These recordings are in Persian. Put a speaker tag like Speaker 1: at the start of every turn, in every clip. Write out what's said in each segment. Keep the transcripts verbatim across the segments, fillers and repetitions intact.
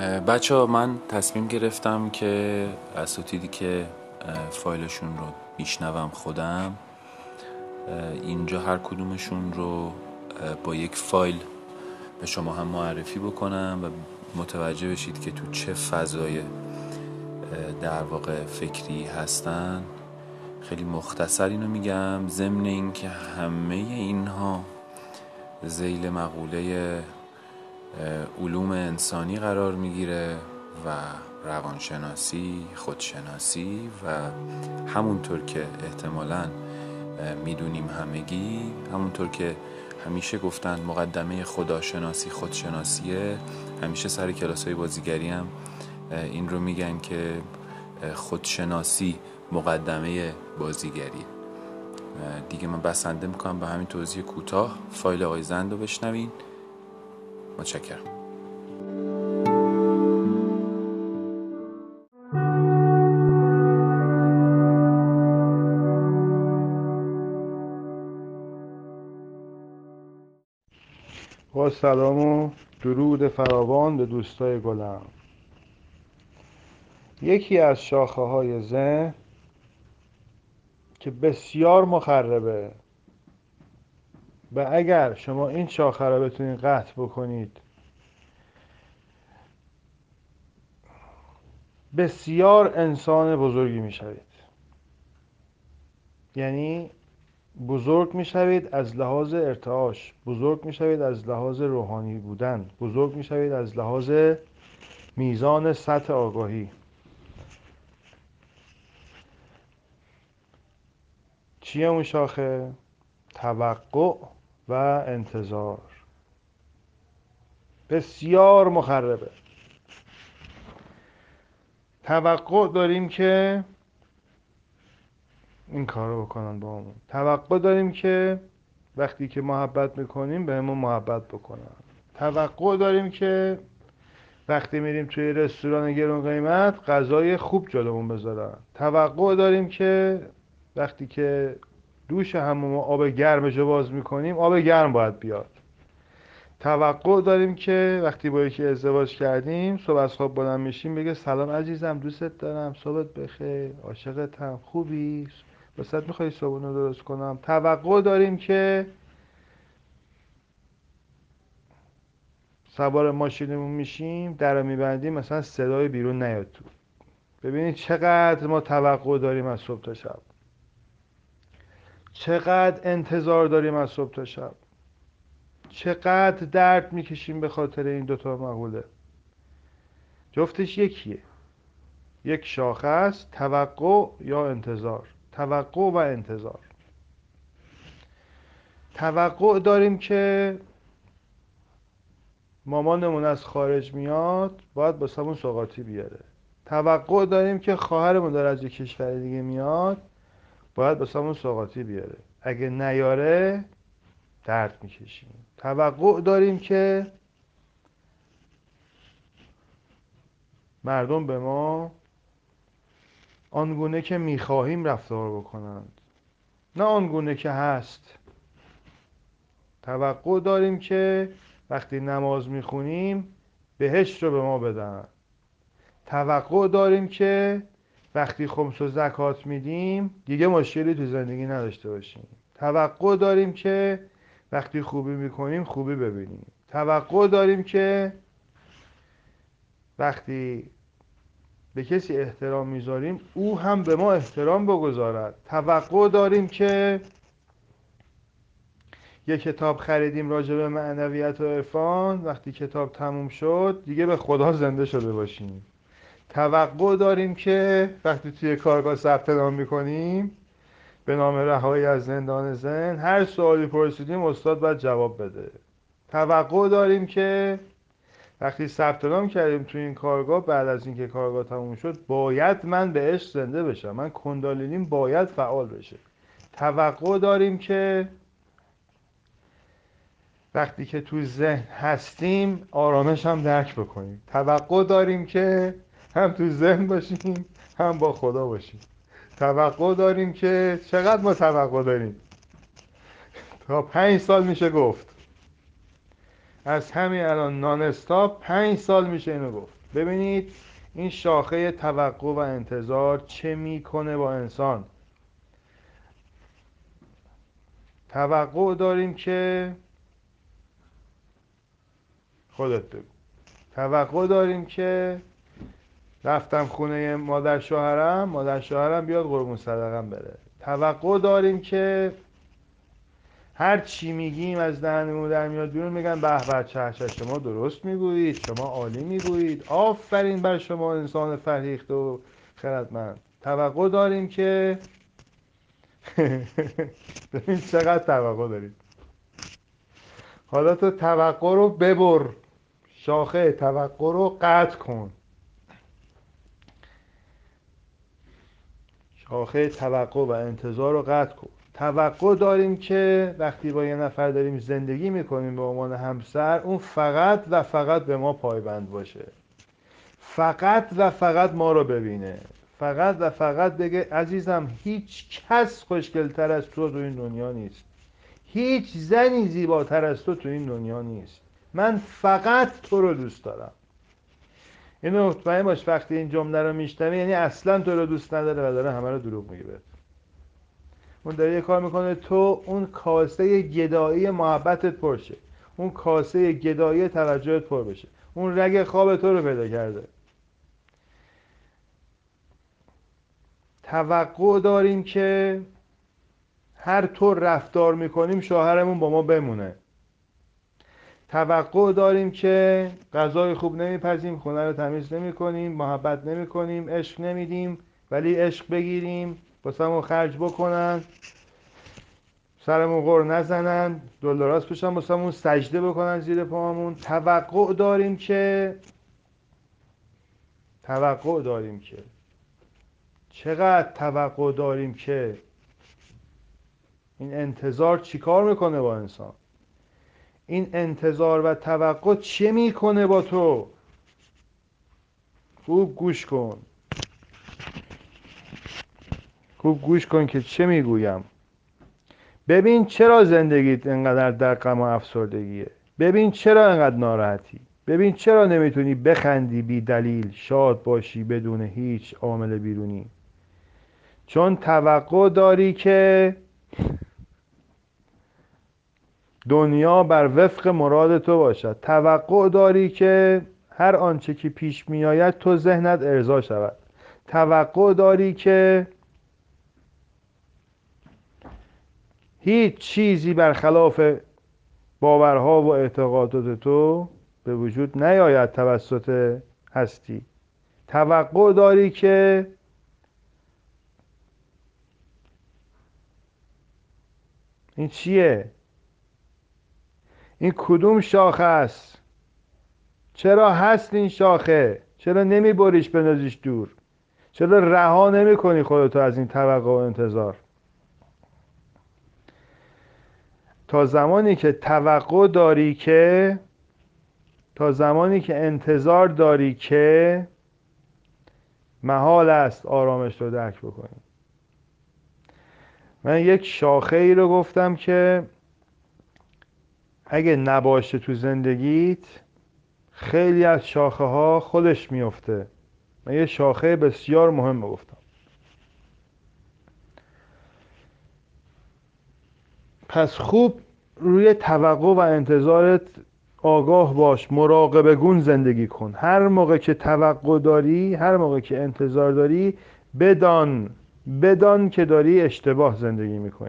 Speaker 1: بچه ها، من تصمیم گرفتم که اساتیدی که فایلشون رو میشنوم خودم اینجا هر کدومشون رو با یک فایل به شما هم معرفی بکنم و متوجه بشید که تو چه فضای در واقع فکری هستن. خیلی مختصر اینو میگم، ضمن این که همه اینها ذیل مقوله علوم انسانی قرار میگیره و روانشناسی، خودشناسی و همونطور که احتمالاً میدونیم همگی، همونطور که همیشه گفتن مقدمه خداشناسی خودشناسیه. همیشه سر کلاس‌های بازیگری هم این رو میگن که خودشناسی مقدمه بازیگری. دیگه من بسنده میکنم به همین توضیح کوتاه. فایل آقای زند رو بشنوین. متشکرم.
Speaker 2: با سلام و درود فراوان به دوستای گلم. یکی از شاخه های ذهن که بسیار مخربه و اگر شما این شاخه رو بتونید قطع بکنید بسیار انسان بزرگی میشوید. یعنی بزرگ میشوید از لحاظ ارتعاش، بزرگ میشوید از لحاظ روحانی بودن، بزرگ میشوید از لحاظ میزان سطح آگاهی. چیه اون شاخه؟ توقع و انتظار. بسیار مخربه. توقع داریم که این کارو بکنن با همون، توقع داریم که وقتی که محبت میکنیم به همون محبت بکنن، توقع داریم که وقتی میریم توی رستوران گرون قیمت غذای خوب جلومون بذارن، توقع داریم که وقتی که دوش حموم آب گرمشو باز میکنیم آب گرم باید بیاد، توقع داریم که وقتی با یکی ازدواج کردیم صبح از خواب بلند میشیم بگه سلام عزیزم، دوستت دارم، صبحت بخیر، عاشقتم، خوبی، واسه میخوای صبحونو درست کنم. توقع داریم که سوار ماشینمون میشیم در میبندیم مثلا صدای بیرون نیاد تو. ببینید چقدر ما توقع داریم از صبح تا شب، چقدر انتظار داریم از صبح تا شب، چقدر درد میکشیم به خاطر این دوتا مقوله. جفتش یکیه، یک شاخه است، توقع یا انتظار. توقع و انتظار. توقع داریم که مامانمون از خارج میاد باید با همون سوغاتی بیاره. توقع داریم که خواهرمون داره از یک کشور دیگه میاد باید با همون سوغاتی بیاره، اگه نیاره درد میکشیم. توقع داریم که مردم به ما آنگونه که میخواهیم رفتار بکنند، نه آنگونه که هست. توقع داریم که وقتی نماز میخونیم بهشت رو به ما بدن. توقع داریم که وقتی خمس و زکات میدیم دیگه مشکلی تو زندگی نداشته باشیم. توقع داریم که وقتی خوبی میکنیم خوبی ببینیم. توقع داریم که وقتی به کسی احترام میذاریم او هم به ما احترام بگذارد. توقع داریم که یه کتاب خریدیم راجع به معنویت و عرفان، وقتی کتاب تموم شد دیگه به خدا زنده شده باشیم. توقع داریم که وقتی توی کارگاه ثبت نام میکنیم به نام رهایی از زندان ذهن هر سوالی پرسیدیم استاد باید جواب بده. توقع داریم که وقتی ثبت نام کردیم توی این کارگاه بعد از اینکه کارگاه تموم شد باید من بهش زنده بشم، من کندالینیم باید فعال بشه. توقع داریم که وقتی که تو ذهن هستیم آرامش هم درک بکنیم. توقع داریم که هم تو ذهن باشیم هم با خدا باشیم. توقع داریم که چقدر ما توقع داریم؟ تا پنج سال میشه گفت، از همین الان نان استاپ پنج سال میشه اینو گفت. ببینید این شاخه توقع و انتظار چه میکنه با انسان. توقع داریم که خودت بگو. توقع داریم که رفتم خونه مادر شوهرم، مادر شوهرم بیاد قربون صدقم بره. توقع داریم که هر چی میگیم از دهنمون در میاد بیرون میگن به به چه چه شما درست میگویید، شما عالی میگویید، آفرین بر شما انسان فرهیخته و خردمند. توقع داریم که ببین چقدر توقع داریم. حالا تو توقع رو ببر، شاخه توقع رو قطع کن. شاخه توقع و انتظار رو قطع کن. توقع داریم که وقتی با یه نفر داریم زندگی میکنیم به عنوان همسر، اون فقط و فقط به ما پایبند باشه، فقط و فقط ما رو ببینه، فقط و فقط بگه عزیزم هیچ کس خوشگلتر از تو تو این دنیا نیست، هیچ زنی زیباتر از تو تو این دنیا نیست، من فقط تو رو دوست دارم. اینو مطمئن باش وقتی این جمله رو میشنوی یعنی اصلا تو رو دوست نداره و داره همه رو دروغ میگه بهت. اون داره یه کار میکنه تو اون کاسه گدایی محبتت پرشه، اون کاسه گدایی توجهت پر بشه، اون رگ خواب تو رو پیدا کرده. توقع داریم که هر طور رفتار میکنیم شوهرمون با ما بمونه. توقع داریم که غذای خوب نمیپزیم، خونه رو تمیز نمیکنیم، محبت نمیکنیم، عشق نمیدیم، ولی عشق بگیریم واسمون خرج بکنن، سرمون غر نزنن، دلدراز بشن واسمون، سجده بکنن زیر پامون. توقع داریم که توقع داریم که چقدر توقع داریم که این انتظار چیکار میکنه با انسان؟ این انتظار و توقع چه میکنه با تو؟ خوب گوش کن، خوب گوش کن که چه میگویم. ببین چرا زندگیت اینقدر در غم و افسردگیه، ببین چرا اینقدر ناراحتی، ببین چرا نمیتونی بخندی بی دلیل، شاد باشی بدون هیچ عامل بیرونی. چون توقع داری که دنیا بر وفق مراد تو باشد. توقع داری که هر آنچه که پیش میآید تو ذهنت ارضا شود. توقع داری که هیچ چیزی برخلاف باورها و اعتقادات تو به وجود نیاید توسط هستی. توقع داری که این چیه؟ این کدوم شاخه است؟ چرا هست این شاخه؟ چرا نمی بریش بندازیش دور؟ چرا رها نمی کنی خودتو از این توقع و انتظار؟ تا زمانی که توقع داری که تا زمانی که انتظار داری که محال است آرامش رو درک بکنی. من یک شاخه ای رو گفتم که اگه نباشه تو زندگیت خیلی از شاخه ها خودش میفته. من یه شاخه بسیار مهم گفتم. پس خوب روی توقع و انتظارت آگاه باش، مراقبه گون زندگی کن. هر موقع که توقع داری، هر موقع که انتظار داری، بدان بدان که داری اشتباه زندگی میکنی.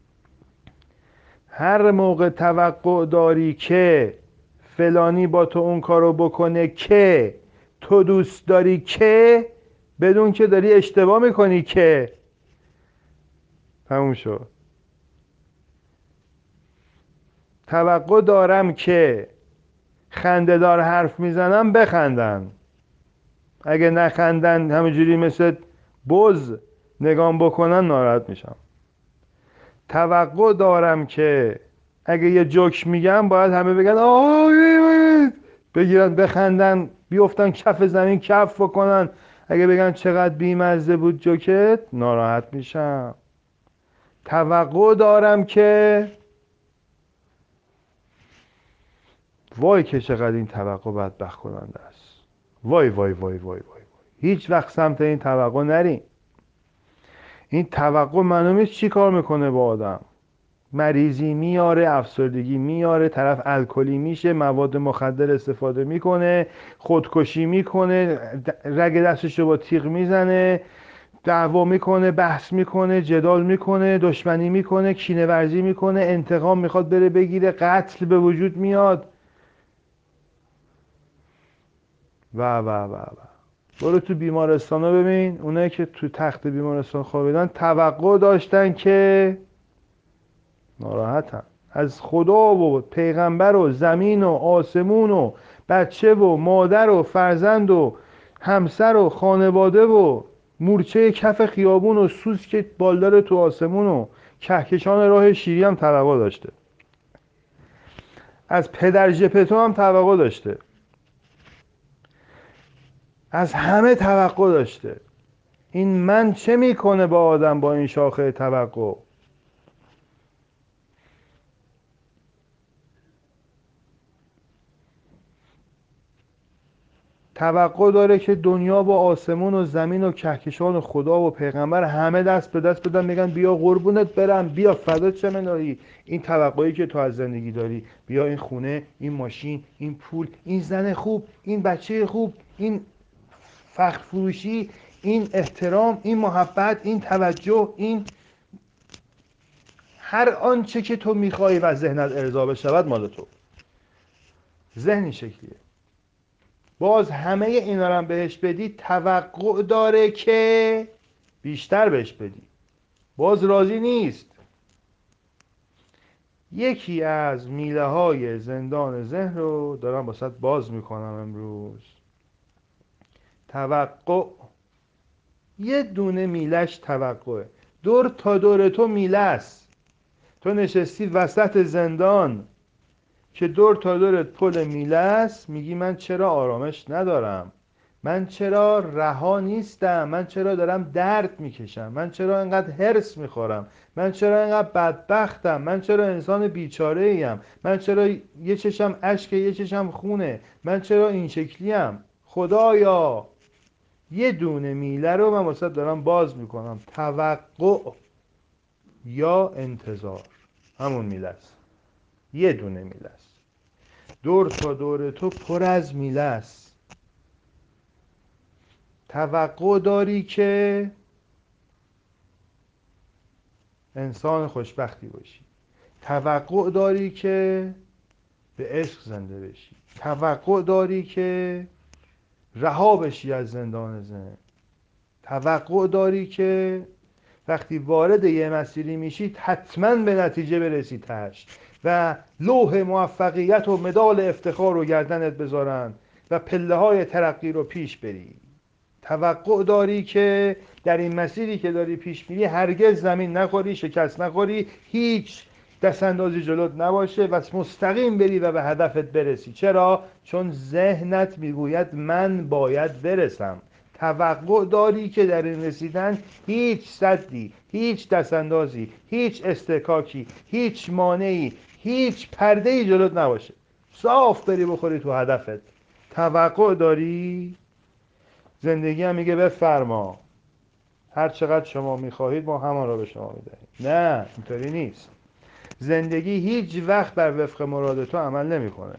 Speaker 2: هر موقع توقع داری که فلانی با تو اون کارو بکنه که تو دوست داری که، بدون که داری اشتباه میکنی که تموم شد. توقع دارم که خنده‌دار حرف میزنم بخندن، اگه نخندن همینجوری مثل بز نگام بکنن ناراحت میشم. توقع دارم که اگه یه جوک میگم باید همه بگن آه بگیرن بخندن، بیفتن کف زمین کف بکنن. اگه بگن چقدر بیمزه بود جوکت ناراحت میشم. توقع دارم که وای که چقدر این توقع بدبخت کننده است، وای وای وای وای وای هیچ وقت سمت این توقع نرین. این توقع معلومه چی کار میکنه با آدم. مریضی میاره، افسردگی میاره، طرف الکلی میشه، مواد مخدر استفاده میکنه، خودکشی میکنه، رگ دستشو با تیغ میزنه، دعوا میکنه، بحث میکنه، جدال میکنه، دشمنی میکنه، کینه ورزی میکنه، انتقام میخواد بره بگیره، قتل به وجود میاد و و و و برو تو بیمارستان رو ببین، اونایی که تو تخت بیمارستان خوابیدن توقع داشتن که ناراحتن از خدا و پیغمبر و زمین و آسمون و بچه و مادر و فرزند و همسر و خانواده و مورچه کف خیابون و سوسک بالدار تو آسمون و کهکشان راه شیری هم توقع داشته. از پدر ژپتو هم توقع داشته. از همه توقع داشته. این من چه میکنه با آدم با این شاخه توقع؟ توقع داره که دنیا با آسمون و زمین و کهکشان و خدا و پیغمبر همه دست به دست بدن بگن بیا قربونت برم، بیا فدات چه منایی. این توقعی که تو از زندگی داری، بیا این خونه، این ماشین، این پول، این زن خوب، این بچه خوب، این فخر فروشی، این احترام، این محبت، این توجه، این هر آنچه که تو میخوای و ذهنت ارضا بشود مال تو. ذهنی شکلیه. باز همه اینا رو هم بهش بدی توقع داره که بیشتر بهش بدی. باز راضی نیست. یکی از میله های زندان ذهن رو دارم واسط باز میکنم امروز. توقع یه دونه میلش توقعه. دور تا دور تو میله است. تو نشستی وسط زندان که دور تا دورت پل میله است، میگی من چرا آرامش ندارم، من چرا رها نیستم، من چرا دارم درد میکشم، من چرا اینقدر هرس میخورم، من چرا اینقدر بدبختم، من چرا انسان بیچاره ایم، من چرا یه چشم اشکه یه چشم خونه، من چرا این شکلیم. خدایا یه دونه میله رو من واسه دارم باز میکنم. توقع یا انتظار همون میله است. یه دونه میله است. دور تا دور تو پر از میله است. توقع داری که انسان خوشبختی باشی. توقع داری که به عشق زنده بشی. توقع داری که رها بشی از زندان ذهن. توقع داری که وقتی وارد یه مسیری میشی حتما به نتیجه برسی تهش و لوح موفقیت و مدال افتخار رو گردنت بذارن و پله های ترقی رو پیش بری. توقع داری که در این مسیری که داری پیش میری هرگز زمین نخوری، شکست نخوری، هیچ دست اندازی جلوت نباشه و مستقیم بری و به هدفت برسی. چرا؟ چون ذهنت میگوید من باید برسم. توقع داری که در این رسیدن هیچ سدی، هیچ دست اندازی، هیچ استکاکی، هیچ مانعی، هیچ پرده‌ای جلوت نباشه، صاف بری بخوری تو هدفت. توقع داری؟ زندگی هم میگه بفرما، هر چقدر شما میخواهید ما همان را به شما میدهیم. نه، اینطوری نیست. زندگی هیچ وقت بر وفق مراد تو عمل نمیکنه.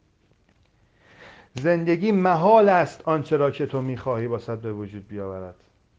Speaker 2: زندگی محال است آنچه را که تو میخواهی واسط به وجود بیاورد.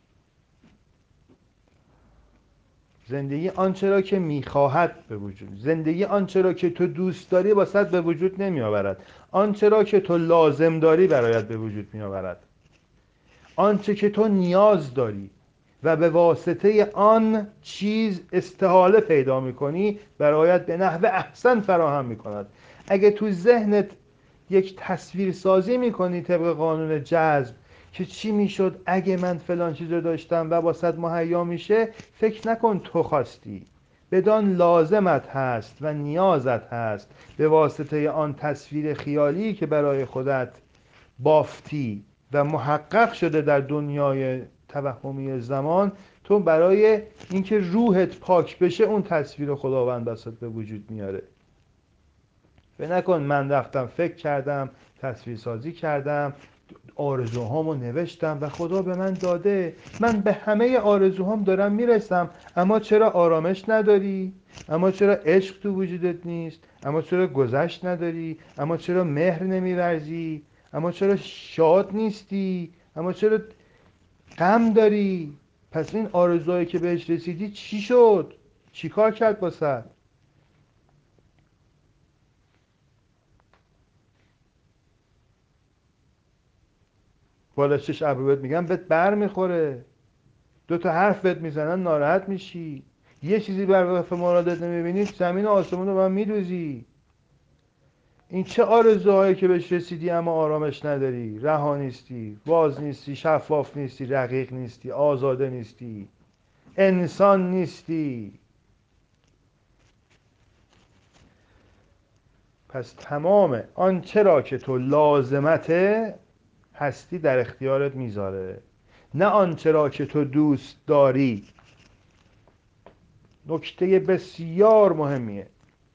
Speaker 2: زندگی آنچه را که میخواهد به وجود، زندگی آنچه را که تو دوست داری واسط به وجود نمیآورد. آنچه را که تو لازم داری برایت به وجود میآورد. آنچه که تو نیاز داری و به واسطه آن چیز استحاله پیدا میکنی برایت به نحو احسن فراهم میکند. اگه تو ذهنت یک تصویر سازی میکنی طبق قانون جذب که چی میشد اگه من فلان چیز رو داشتم و واسط مهیا میشه، فکر نکن تو خواستی، بدان لازمت هست و نیازت هست. به واسطه آن تصویر خیالی که برای خودت بافتی و محقق شده در دنیای توهمی زمان، تو برای اینکه روحت پاک بشه اون تصویر خداوند بسات به وجود میاره. به نکن من رفتم فکر کردم تصویر سازی کردم آرزوهامو نوشتم و خدا به من داده، من به همه آرزوهام دارم میرسم، اما چرا آرامش نداری؟ اما چرا عشق تو وجودت نیست؟ اما چرا گذشت نداری؟ اما چرا مهر نمیورزی؟ اما چرا شاد نیستی؟ اما چرا غم داری؟ پس این آرزوهایی که بهش رسیدی چی شد؟ چی کار کرد واسه؟ بالا شش ابرو بهت میگم بهت بر میخوره، دو تا حرف بهت میزنن ناراحت میشی، یه چیزی بر وقت مرادت نمیبینی زمین و آسمون رو من میدوزی. این چه آرزوهایی که بهش رسیدی اما آرامش نداری، رها نیستی، باز نیستی، شفاف نیستی، رقیق نیستی، آزاده نیستی، انسان نیستی. پس تمام آنچه را که تو لازمته هستی در اختیارت میذاره، نه آنچه را که تو دوست داری. نکته بسیار مهمیه.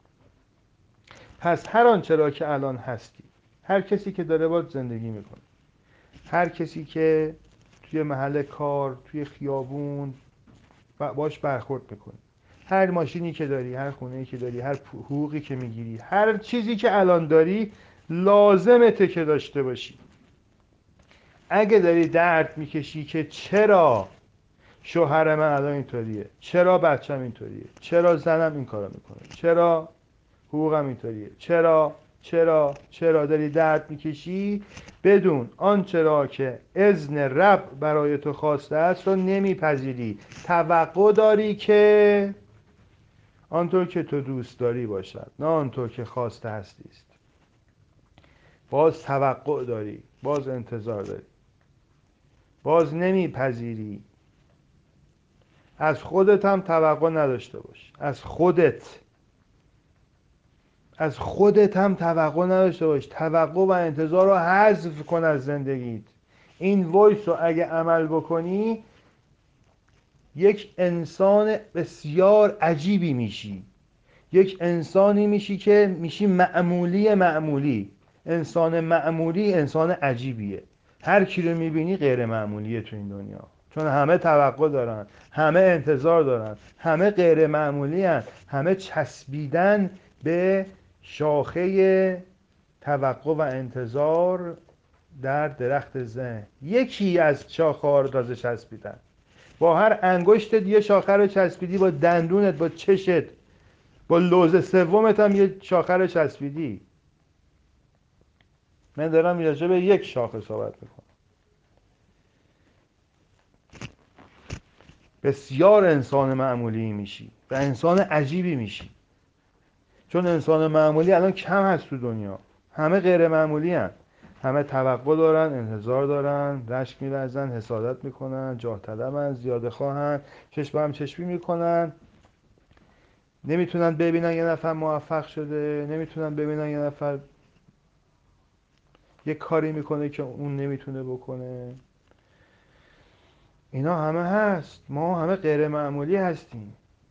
Speaker 2: پس هر آنچه را که الان هستی، هر کسی که داره باید زندگی میکنه، هر کسی که توی محل کار، توی خیابون باش برخورد میکنی، هر ماشینی که داری، هر خونه‌ای که داری، هر حقوقی که میگیری، هر چیزی که الان داری لازمته که داشته باشی. اگه داری درد میکشی که چرا شوهر من الان اینطوریه، چرا بچم اینطوریه، چرا زنم این کارو میکنه، چرا حقوقم اینطوریه، چرا چرا چرا داری درد میکشی، بدون آنچه را که اذن رب برای تو خواسته است رو نمیپذیری، توقع داری که آنطور که تو دوست داری باشد، نه آنطور که خواسته هستی است. باز توقع داری، باز انتظار داری، باز نمیپذیری. از خودت هم توقع نداشته باش، از خودت از خودت هم توقع نداشته باش. توقع و انتظار رو حذف کن از زندگیت. این وایس رو اگه عمل بکنی یک انسان بسیار عجیبی میشی، یک انسانی میشی که میشی معمولی معمولی. انسان معمولی انسان عجیبیه. هر کی رو میبینی غیر معمولیه تو این دنیا، چون همه توقع دارن، همه انتظار دارن، همه غیر معمولی هن. همه چسبیدن به شاخه توقع و انتظار در درخت ذهن. یکی از شاخه‌ها رو تازه چسبیدن. با هر انگشتت یه شاخه رو چسبیدی، با دندونت، با چشت، با لوز سومت هم یه شاخه رو چسبیدی. من دارم راجع به یک شاخه صحبت میکنم. بسیار انسان معمولی میشی و انسان عجیبی میشی، چون انسان معمولی الان کم هست تو دنیا. همه غیر معمولی هن. همه توقع دارن، انتظار دارن، رشک می‌ورزن، حسادت میکنن، جاه طلبن، زیاده خواهن، چشم هم چشمی میکنن، نمیتونن ببینن یه نفر موفق شده، نمیتونن ببینن یه نفر یه کاری میکنه که اون نمیتونه بکنه. اینا همه هست. ما همه غیر معمولی هستیم.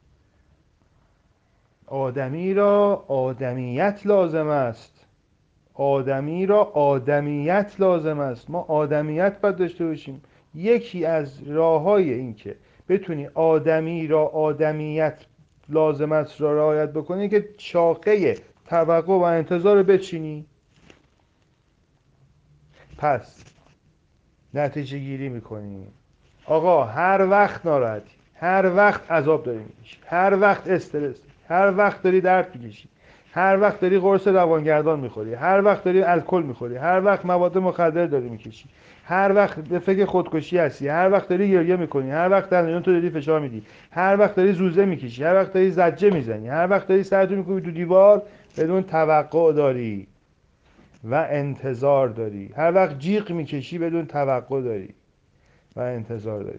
Speaker 2: آدمی را آدمیت لازم است. آدمی را آدمیت لازم است. ما آدمیت باید داشته باشیم. یکی از راه‌های این که بتونی آدمی را آدمیت لازم است را رعایت بکنی که شاخه توقع و انتظار رو بچینی. پس نتیجه گیری میکنی. آقا هر وقت ناراحتی، هر وقت عذاب داری میکشی، هر وقت استرس، هر وقت داری درد میکشی، هر وقت داری قرص روانگردان میخوری، هر وقت داری الکل میخوری، هر وقت مواد مخدر داری میکشی، هر وقت به فکر خودکشی هستی، هر وقت داری گریه میکنی، هر وقت دندون تو داری فشار میدی، هر وقت داری زوزه میکشی، هر وقت داری زجه میزنی، هر وقت داری سرتو میکوبی تو دیوار، بدون توقع داری و انتظار داری. هر وقت جیغ میکشی بدون توقع داری و انتظار داری.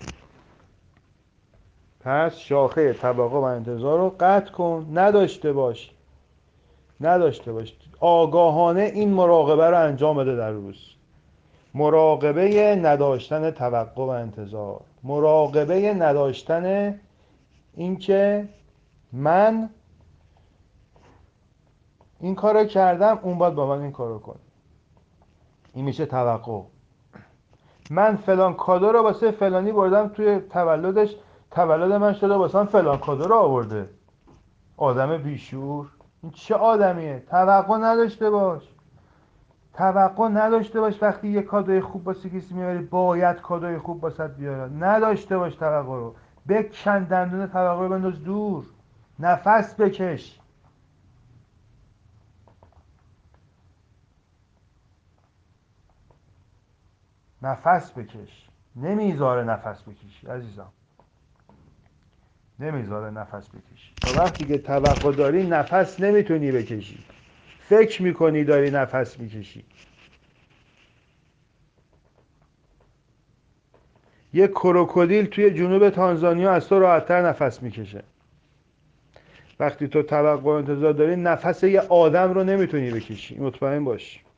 Speaker 2: پس شاخه توقع و انتظار رو قطع کن، نداشته باش. نداشته باش. آگاهانه این مراقبه رو انجام بده در روز. مراقبه نداشتن توقع و انتظار، مراقبه نداشتن اینکه من این کارو کردم اون باید با من این کارو کنه. این میشه توقع. من فلان کادو رو واسه فلانی بردم توی تولدش، تولد من شده واسه فلان کادو رو آورده. آدم بیشور، این چه آدمیه؟ توقع نداشته باش. توقع نداشته باش وقتی یه کادوی خوب واسه کسی میاری باید کادوی خوب واسه بیاره. نداشته باش توقع رو. بکن دندون توقع رو بنداز دور. نفس بکش. نفس بکش. نمیذاره نفس بکشی عزیزم. نمیذاره نفس بکشی. تا وقتی که توقع داری نفس نمیتونی بکشی. فکر میکنی داری نفس میکشی. یه کروکودیل توی جنوب تانزانیا از تو راحت‌تر نفس میکشه. وقتی تو توقع و انتظار داری نفس یه آدم رو نمیتونی بکشی. مطمئن باش.